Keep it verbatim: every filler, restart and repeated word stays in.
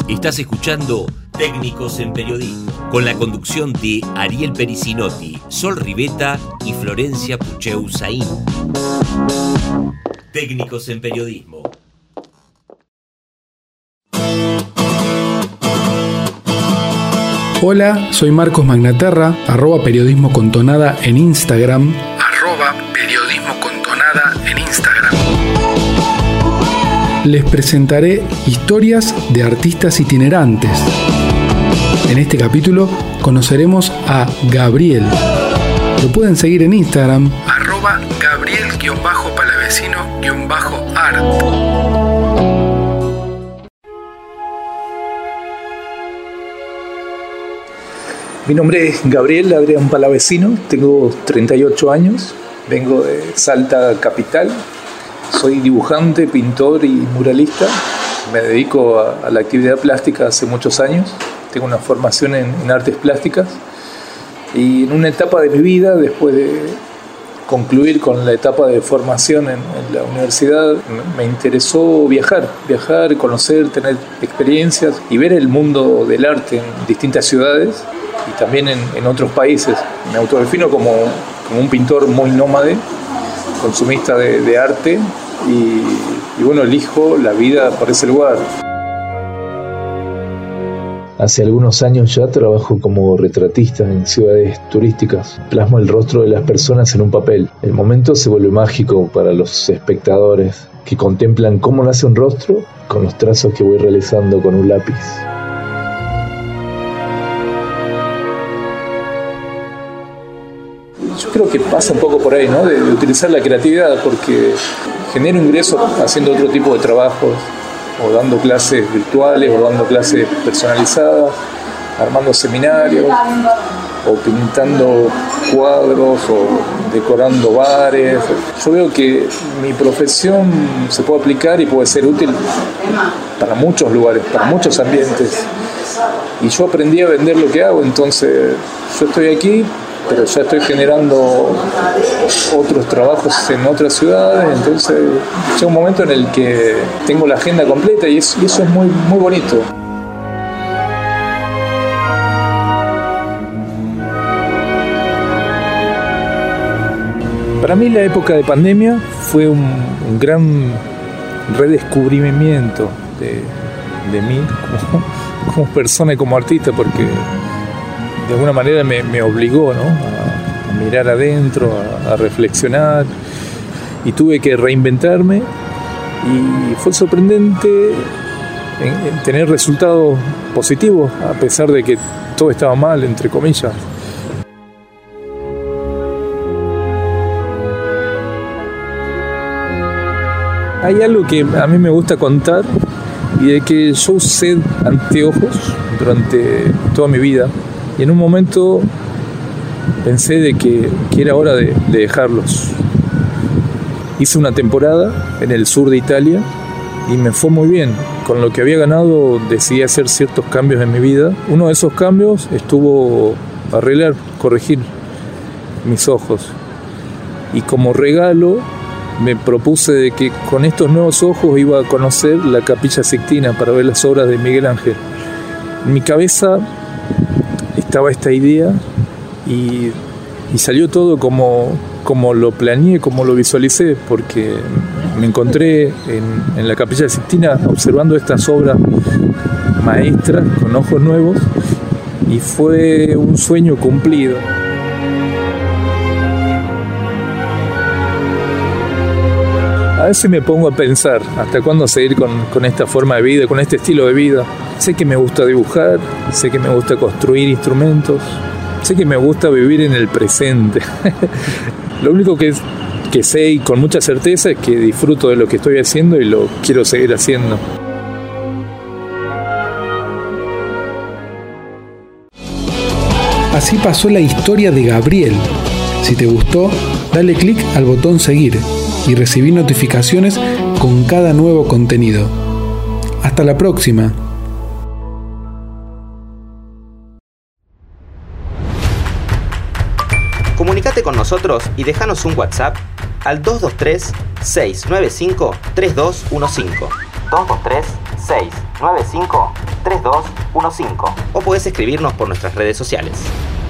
Estás escuchando Técnicos en Periodismo, con la conducción de Ariel Pericinotti, Sol Riveta y Florencia Pucheu Saín. Técnicos en Periodismo. Hola, soy Marcos Magnaterra, arroba periodismo con tonada en Instagram. Arroba periodismo con tonada en Instagram. Les presentaré historias de artistas itinerantes. En este capítulo conoceremos a Gabriel. Lo pueden seguir en Instagram, arroba Gabriel-Palavecino-Art. Mi nombre es Gabriel Adrián Palavecino, tengo treinta y ocho años, vengo de Salta capital, soy dibujante, pintor y muralista, me dedico a, a la actividad plástica hace muchos años, tengo una formación en, en artes plásticas y en una etapa de mi vida, después de concluir con la etapa de formación en, en la universidad, me interesó viajar, viajar, conocer, tener experiencias y ver el mundo del arte en distintas ciudades y también en, en otros países. Me autodefino como, como un pintor muy nómade, consumista de, de arte y, y bueno, elijo la vida por ese lugar. Hace algunos años ya trabajo como retratista en ciudades turísticas. Plasmo el rostro de las personas en un papel. El momento se vuelve mágico para los espectadores que contemplan cómo nace un rostro con los trazos que voy realizando con un lápiz. Yo creo que pasa un poco por ahí, ¿no? De, de utilizar la creatividad, porque genero ingresos haciendo otro tipo de trabajos, o dando clases virtuales, o dando clases personalizadas, armando seminarios, o pintando cuadros, o decorando bares. Yo veo que mi profesión se puede aplicar y puede ser útil para muchos lugares, para muchos ambientes. Y yo aprendí a vender lo que hago, entonces yo estoy aquí, pero ya estoy generando otros trabajos en otras ciudades, entonces llega un momento en el que tengo la agenda completa y eso, y eso es muy, muy bonito. Para mí la época de pandemia fue un, un gran redescubrimiento de, de mí como, como persona y como artista, porque de alguna manera me, me obligó, ¿no? a, a mirar adentro, a, a reflexionar, y tuve que reinventarme, y fue sorprendente en, en tener resultados positivos a pesar de que todo estaba mal, entre comillas. Hay algo que a mí me gusta contar, y de que yo usé anteojos durante toda mi vida. Y en un momento pensé de que, que era hora de, de dejarlos. Hice una temporada en el sur de Italia y me fue muy bien. Con lo que había ganado decidí hacer ciertos cambios en mi vida. Uno de esos cambios estuvo arreglar, corregir mis ojos. Y como regalo me propuse de que con estos nuevos ojos iba a conocer la Capilla Sixtina para ver las obras de Miguel Ángel. En mi cabeza estaba esta idea y, y salió todo como, como lo planeé, como lo visualicé, porque me encontré en, en la Capilla Sixtina observando estas obras maestras con ojos nuevos y fue un sueño cumplido. A veces me pongo a pensar hasta cuándo seguir con, con esta forma de vida, con este estilo de vida. Sé que me gusta dibujar, sé que me gusta construir instrumentos, sé que me gusta vivir en el presente. Lo único que, que sé y con mucha certeza es que disfruto de lo que estoy haciendo y lo quiero seguir haciendo. Así pasó la historia de Gabriel. Si te gustó, dale clic al botón seguir y recibí notificaciones con cada nuevo contenido. Hasta la próxima. Comunicate con nosotros y déjanos un WhatsApp al dos dos tres, seis nueve cinco, tres dos uno cinco. dos dos tres, seis nueve cinco, tres dos uno cinco o podés escribirnos por nuestras redes sociales.